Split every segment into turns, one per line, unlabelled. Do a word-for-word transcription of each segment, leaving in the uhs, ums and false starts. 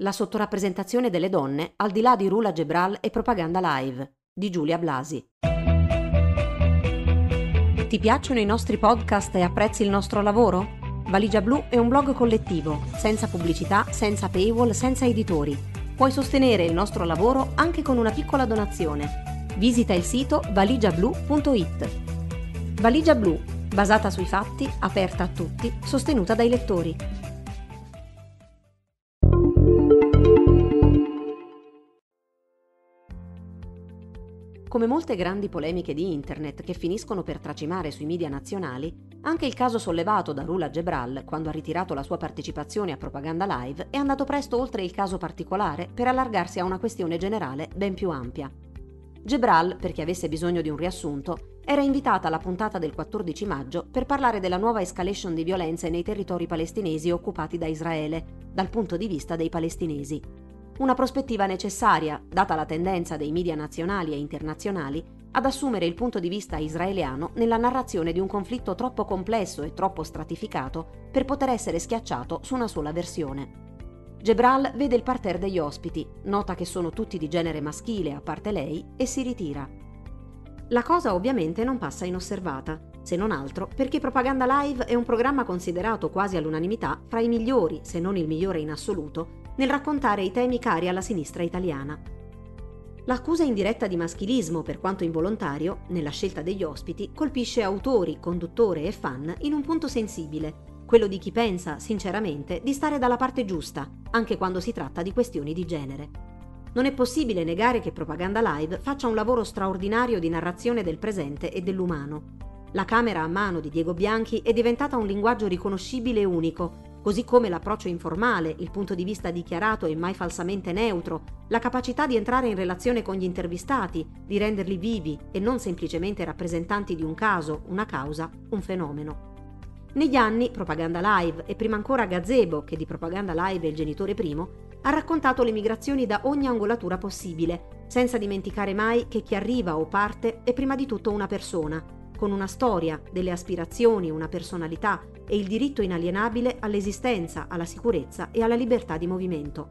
La sottorappresentazione delle donne al di là di Rula Gebral e Propaganda Live di Giulia Blasi. Ti piacciono i nostri podcast e apprezzi il nostro lavoro? Valigia Blu è un blog collettivo, senza pubblicità, senza paywall, senza editori. Puoi sostenere il nostro lavoro anche con una piccola donazione. Visita il sito valigia blu punto it. Valigia Blu, basata sui fatti, aperta a tutti, sostenuta dai lettori. Come molte grandi polemiche di internet che finiscono per tracimare sui media nazionali, anche il caso sollevato da Rula Gebral quando ha ritirato la sua partecipazione a Propaganda Live è andato presto oltre il caso particolare per allargarsi a una questione generale ben più ampia. Gebral, per chi avesse bisogno di un riassunto, era invitata alla puntata del quattordici maggio per parlare della nuova escalation di violenze nei territori palestinesi occupati da Israele, dal punto di vista dei palestinesi. Una prospettiva necessaria, data la tendenza dei media nazionali e internazionali ad assumere il punto di vista israeliano nella narrazione di un conflitto troppo complesso e troppo stratificato per poter essere schiacciato su una sola versione. Gebral vede il parterre degli ospiti, nota che sono tutti di genere maschile a parte lei e si ritira. La cosa ovviamente non passa inosservata, se non altro perché Propaganda Live è un programma considerato quasi all'unanimità fra i migliori, se non il migliore in assoluto, nel raccontare i temi cari alla sinistra italiana. L'accusa indiretta di maschilismo, per quanto involontario, nella scelta degli ospiti, colpisce autori, conduttore e fan in un punto sensibile, quello di chi pensa, sinceramente, di stare dalla parte giusta, anche quando si tratta di questioni di genere. Non è possibile negare che Propaganda Live faccia un lavoro straordinario di narrazione del presente e dell'umano. La camera a mano di Diego Bianchi è diventata un linguaggio riconoscibile e unico, così come l'approccio informale, il punto di vista dichiarato e mai falsamente neutro, la capacità di entrare in relazione con gli intervistati, di renderli vivi e non semplicemente rappresentanti di un caso, una causa, un fenomeno. Negli anni, Propaganda Live e prima ancora Gazebo, che di Propaganda Live è il genitore primo, ha raccontato le migrazioni da ogni angolatura possibile, senza dimenticare mai che chi arriva o parte è prima di tutto una persona, con una storia, delle aspirazioni, una personalità e il diritto inalienabile all'esistenza, alla sicurezza e alla libertà di movimento.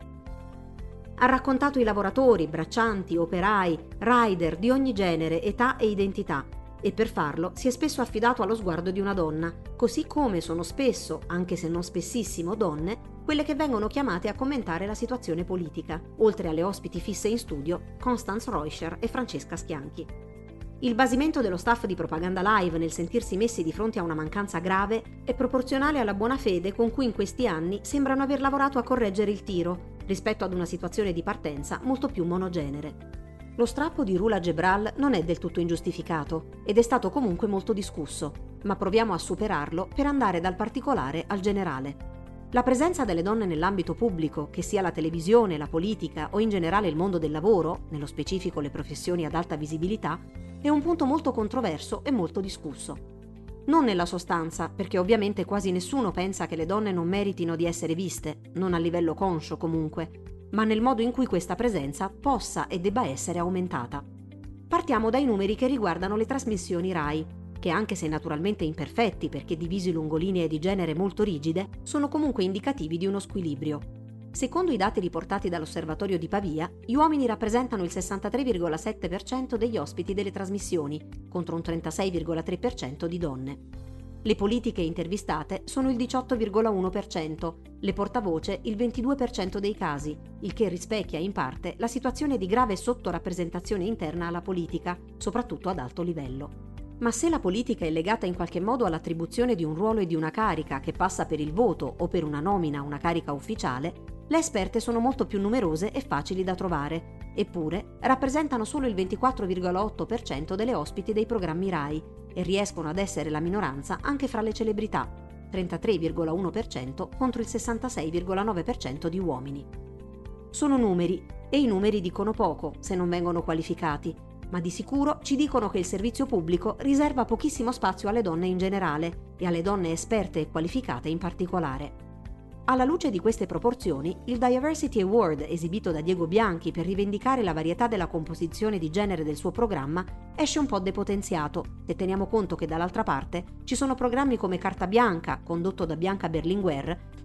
Ha raccontato i lavoratori, braccianti, operai, rider di ogni genere, età e identità, e per farlo si è spesso affidato allo sguardo di una donna, così come sono spesso, anche se non spessissimo, donne, quelle che vengono chiamate a commentare la situazione politica, oltre alle ospiti fisse in studio, Constance Reuscher e Francesca Schianchi. Il basimento dello staff di Propaganda Live nel sentirsi messi di fronte a una mancanza grave è proporzionale alla buona fede con cui in questi anni sembrano aver lavorato a correggere il tiro, rispetto ad una situazione di partenza molto più monogenere. Lo strappo di Rula Gebral non è del tutto ingiustificato ed è stato comunque molto discusso, ma proviamo a superarlo per andare dal particolare al generale. La presenza delle donne nell'ambito pubblico, che sia la televisione, la politica o in generale il mondo del lavoro, nello specifico le professioni ad alta visibilità, è un punto molto controverso e molto discusso. Non nella sostanza, perché ovviamente quasi nessuno pensa che le donne non meritino di essere viste, non a livello conscio comunque, ma nel modo in cui questa presenza possa e debba essere aumentata. Partiamo dai numeri che riguardano le trasmissioni RAI, che anche se naturalmente imperfetti perché divisi lungo linee di genere molto rigide, sono comunque indicativi di uno squilibrio. Secondo i dati riportati dall'Osservatorio di Pavia, gli uomini rappresentano il sessantatré virgola sette per cento degli ospiti delle trasmissioni, contro un trentasei virgola tre per cento di donne. Le politiche intervistate sono il diciotto virgola uno per cento, le portavoce il ventidue per cento dei casi, il che rispecchia in parte la situazione di grave sottorappresentazione interna alla politica, soprattutto ad alto livello. Ma se la politica è legata in qualche modo all'attribuzione di un ruolo e di una carica che passa per il voto o per una nomina a una carica ufficiale, le esperte sono molto più numerose e facili da trovare, eppure rappresentano solo il ventiquattro virgola otto per cento delle ospiti dei programmi RAI e riescono ad essere la minoranza anche fra le celebrità, trentatré virgola uno per cento contro il sessantasei virgola nove per cento di uomini. Sono numeri, e i numeri dicono poco se non vengono qualificati, ma di sicuro ci dicono che il servizio pubblico riserva pochissimo spazio alle donne in generale e alle donne esperte e qualificate in particolare. Alla luce di queste proporzioni, il Diversity Award esibito da Diego Bianchi per rivendicare la varietà della composizione di genere del suo programma esce un po' depotenziato, se teniamo conto che dall'altra parte ci sono programmi come Carta Bianca, condotto da Bianca Berlinguer,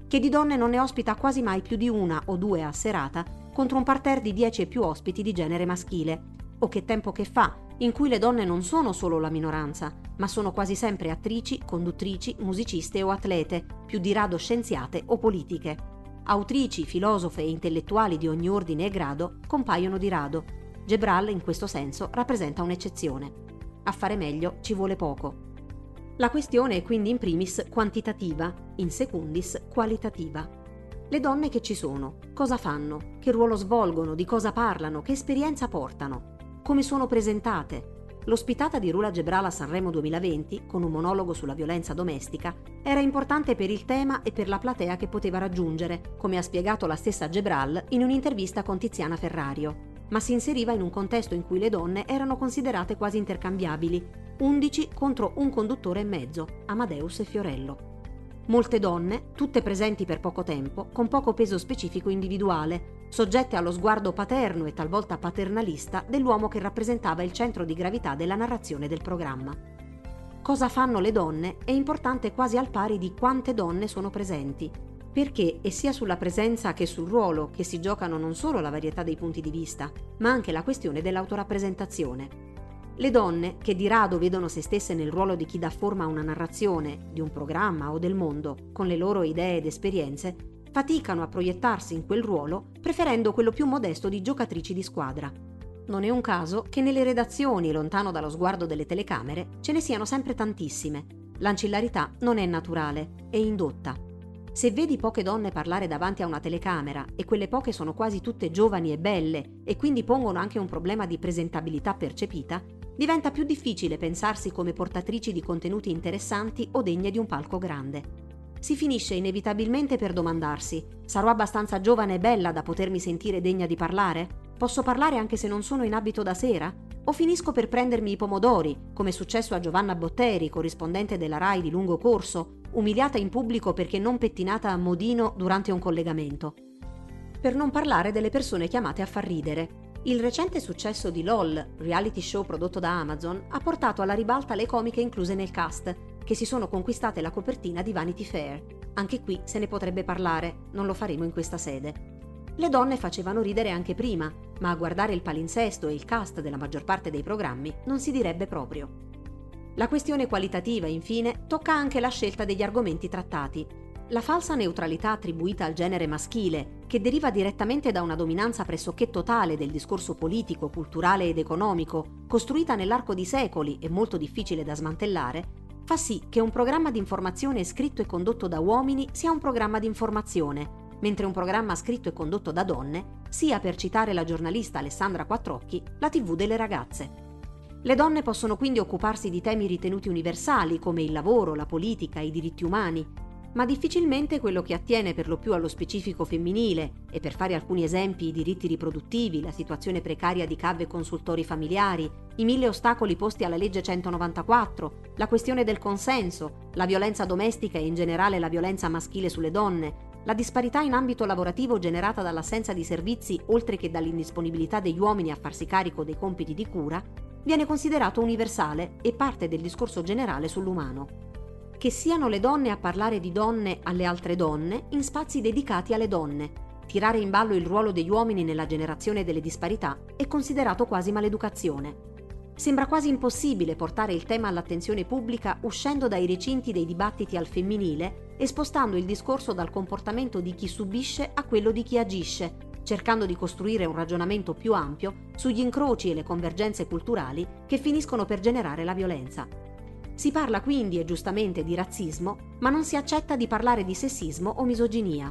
che di donne non ne ospita quasi mai più di una o due a serata contro un parterre di dieci e più ospiti di genere maschile, o Che tempo che fa, in cui le donne non sono solo la minoranza, ma sono quasi sempre attrici, conduttrici, musiciste o atlete, più di rado scienziate o politiche. Autrici, filosofe e intellettuali di ogni ordine e grado compaiono di rado. Gebral, in questo senso, rappresenta un'eccezione. A fare meglio ci vuole poco. La questione è quindi in primis quantitativa, in secundis qualitativa. Le donne che ci sono, cosa fanno, che ruolo svolgono, di cosa parlano, che esperienza portano, come sono presentate. L'ospitata di Rula Gebral a Sanremo duemilaventi, con un monologo sulla violenza domestica, era importante per il tema e per la platea che poteva raggiungere, come ha spiegato la stessa Gebral in un'intervista con Tiziana Ferrario, ma si inseriva in un contesto in cui le donne erano considerate quasi intercambiabili, undici contro un conduttore e mezzo, Amadeus e Fiorello. Molte donne, tutte presenti per poco tempo, con poco peso specifico individuale, soggette allo sguardo paterno e talvolta paternalista dell'uomo che rappresentava il centro di gravità della narrazione del programma. Cosa fanno le donne è importante quasi al pari di quante donne sono presenti, perché è sia sulla presenza che sul ruolo che si giocano non solo la varietà dei punti di vista, ma anche la questione dell'autorappresentazione. Le donne, che di rado vedono se stesse nel ruolo di chi dà forma a una narrazione, di un programma o del mondo, con le loro idee ed esperienze, faticano a proiettarsi in quel ruolo, preferendo quello più modesto di giocatrici di squadra. Non è un caso che nelle redazioni, lontano dallo sguardo delle telecamere, ce ne siano sempre tantissime. L'ancillarità non è naturale, è indotta. Se vedi poche donne parlare davanti a una telecamera e quelle poche sono quasi tutte giovani e belle e quindi pongono anche un problema di presentabilità percepita, diventa più difficile pensarsi come portatrici di contenuti interessanti o degne di un palco grande. Si finisce inevitabilmente per domandarsi: sarò abbastanza giovane e bella da potermi sentire degna di parlare? Posso parlare anche se non sono in abito da sera? O finisco per prendermi i pomodori, come è successo a Giovanna Botteri, corrispondente della Rai di lungo corso, umiliata in pubblico perché non pettinata a modino durante un collegamento? Per non parlare delle persone chiamate a far ridere. Il recente successo di LOL, reality show prodotto da Amazon, ha portato alla ribalta le comiche incluse nel cast, che si sono conquistate la copertina di Vanity Fair. Anche qui se ne potrebbe parlare, non lo faremo in questa sede. Le donne facevano ridere anche prima, ma a guardare il palinsesto e il cast della maggior parte dei programmi non si direbbe proprio. La questione qualitativa, infine, tocca anche la scelta degli argomenti trattati. La falsa neutralità attribuita al genere maschile, che deriva direttamente da una dominanza pressoché totale del discorso politico, culturale ed economico, costruita nell'arco di secoli e molto difficile da smantellare, fa sì che un programma di informazione scritto e condotto da uomini sia un programma di informazione, mentre un programma scritto e condotto da donne sia, per citare la giornalista Alessandra Quattrocchi, la tivù delle ragazze. Le donne possono quindi occuparsi di temi ritenuti universali come il lavoro, la politica, i diritti umani, ma difficilmente quello che attiene per lo più allo specifico femminile, e per fare alcuni esempi i diritti riproduttivi, la situazione precaria di C A V e consultori familiari, i mille ostacoli posti alla legge centonovantaquattro, la questione del consenso, la violenza domestica e in generale la violenza maschile sulle donne, la disparità in ambito lavorativo generata dall'assenza di servizi oltre che dall'indisponibilità degli uomini a farsi carico dei compiti di cura, viene considerato universale e parte del discorso generale sull'umano. Che siano le donne a parlare di donne alle altre donne in spazi dedicati alle donne, tirare in ballo il ruolo degli uomini nella generazione delle disparità è considerato quasi maleducazione. Sembra quasi impossibile portare il tema all'attenzione pubblica uscendo dai recinti dei dibattiti al femminile e spostando il discorso dal comportamento di chi subisce a quello di chi agisce, cercando di costruire un ragionamento più ampio sugli incroci e le convergenze culturali che finiscono per generare la violenza. Si parla quindi, e giustamente, di razzismo, ma non si accetta di parlare di sessismo o misoginia.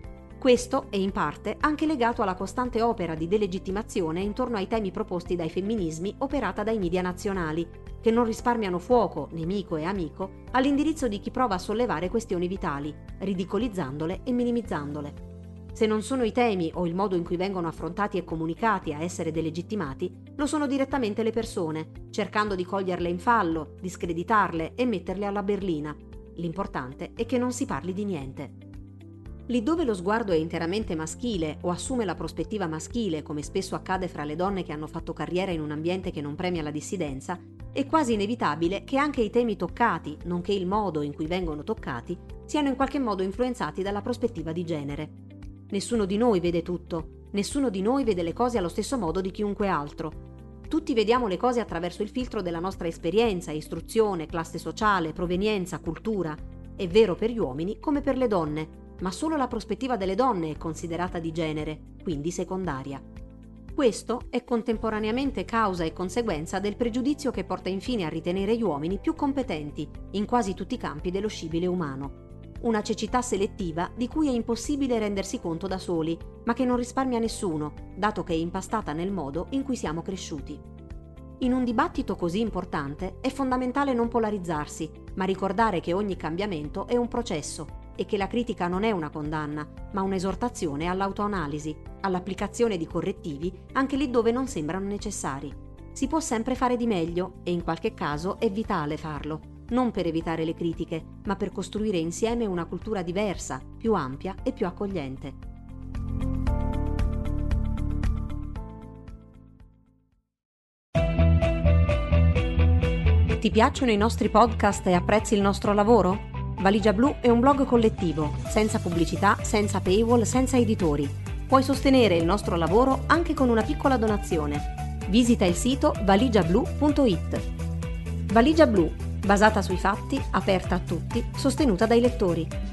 Questo è in parte anche legato alla costante opera di delegittimazione intorno ai temi proposti dai femminismi operata dai media nazionali, che non risparmiano fuoco, nemico e amico, all'indirizzo di chi prova a sollevare questioni vitali, ridicolizzandole e minimizzandole. Se non sono i temi o il modo in cui vengono affrontati e comunicati a essere delegittimati, lo sono direttamente le persone, cercando di coglierle in fallo, discreditarle e metterle alla berlina. L'importante è che non si parli di niente. Lì dove lo sguardo è interamente maschile o assume la prospettiva maschile, come spesso accade fra le donne che hanno fatto carriera in un ambiente che non premia la dissidenza, è quasi inevitabile che anche i temi toccati, nonché il modo in cui vengono toccati, siano in qualche modo influenzati dalla prospettiva di genere. Nessuno di noi vede tutto, nessuno di noi vede le cose allo stesso modo di chiunque altro. Tutti vediamo le cose attraverso il filtro della nostra esperienza, istruzione, classe sociale, provenienza, cultura. È vero per gli uomini come per le donne, ma solo la prospettiva delle donne è considerata di genere, quindi secondaria. Questo è contemporaneamente causa e conseguenza del pregiudizio che porta infine a ritenere gli uomini più competenti in quasi tutti i campi dello scibile umano. Una cecità selettiva di cui è impossibile rendersi conto da soli, ma che non risparmia nessuno, dato che è impastata nel modo in cui siamo cresciuti. In un dibattito così importante è fondamentale non polarizzarsi, ma ricordare che ogni cambiamento è un processo e che la critica non è una condanna, ma un'esortazione all'autoanalisi, all'applicazione di correttivi anche lì dove non sembrano necessari. Si può sempre fare di meglio e in qualche caso è vitale farlo, non per evitare le critiche, ma per costruire insieme una cultura diversa, più ampia e più accogliente. Ti piacciono i nostri podcast e apprezzi il nostro lavoro? Valigia Blu è un blog collettivo, senza pubblicità, senza paywall, senza editori. Puoi sostenere il nostro lavoro anche con una piccola donazione. Visita il sito valigia blu punto it. Valigia Blu, basata sui fatti, aperta a tutti, sostenuta dai lettori.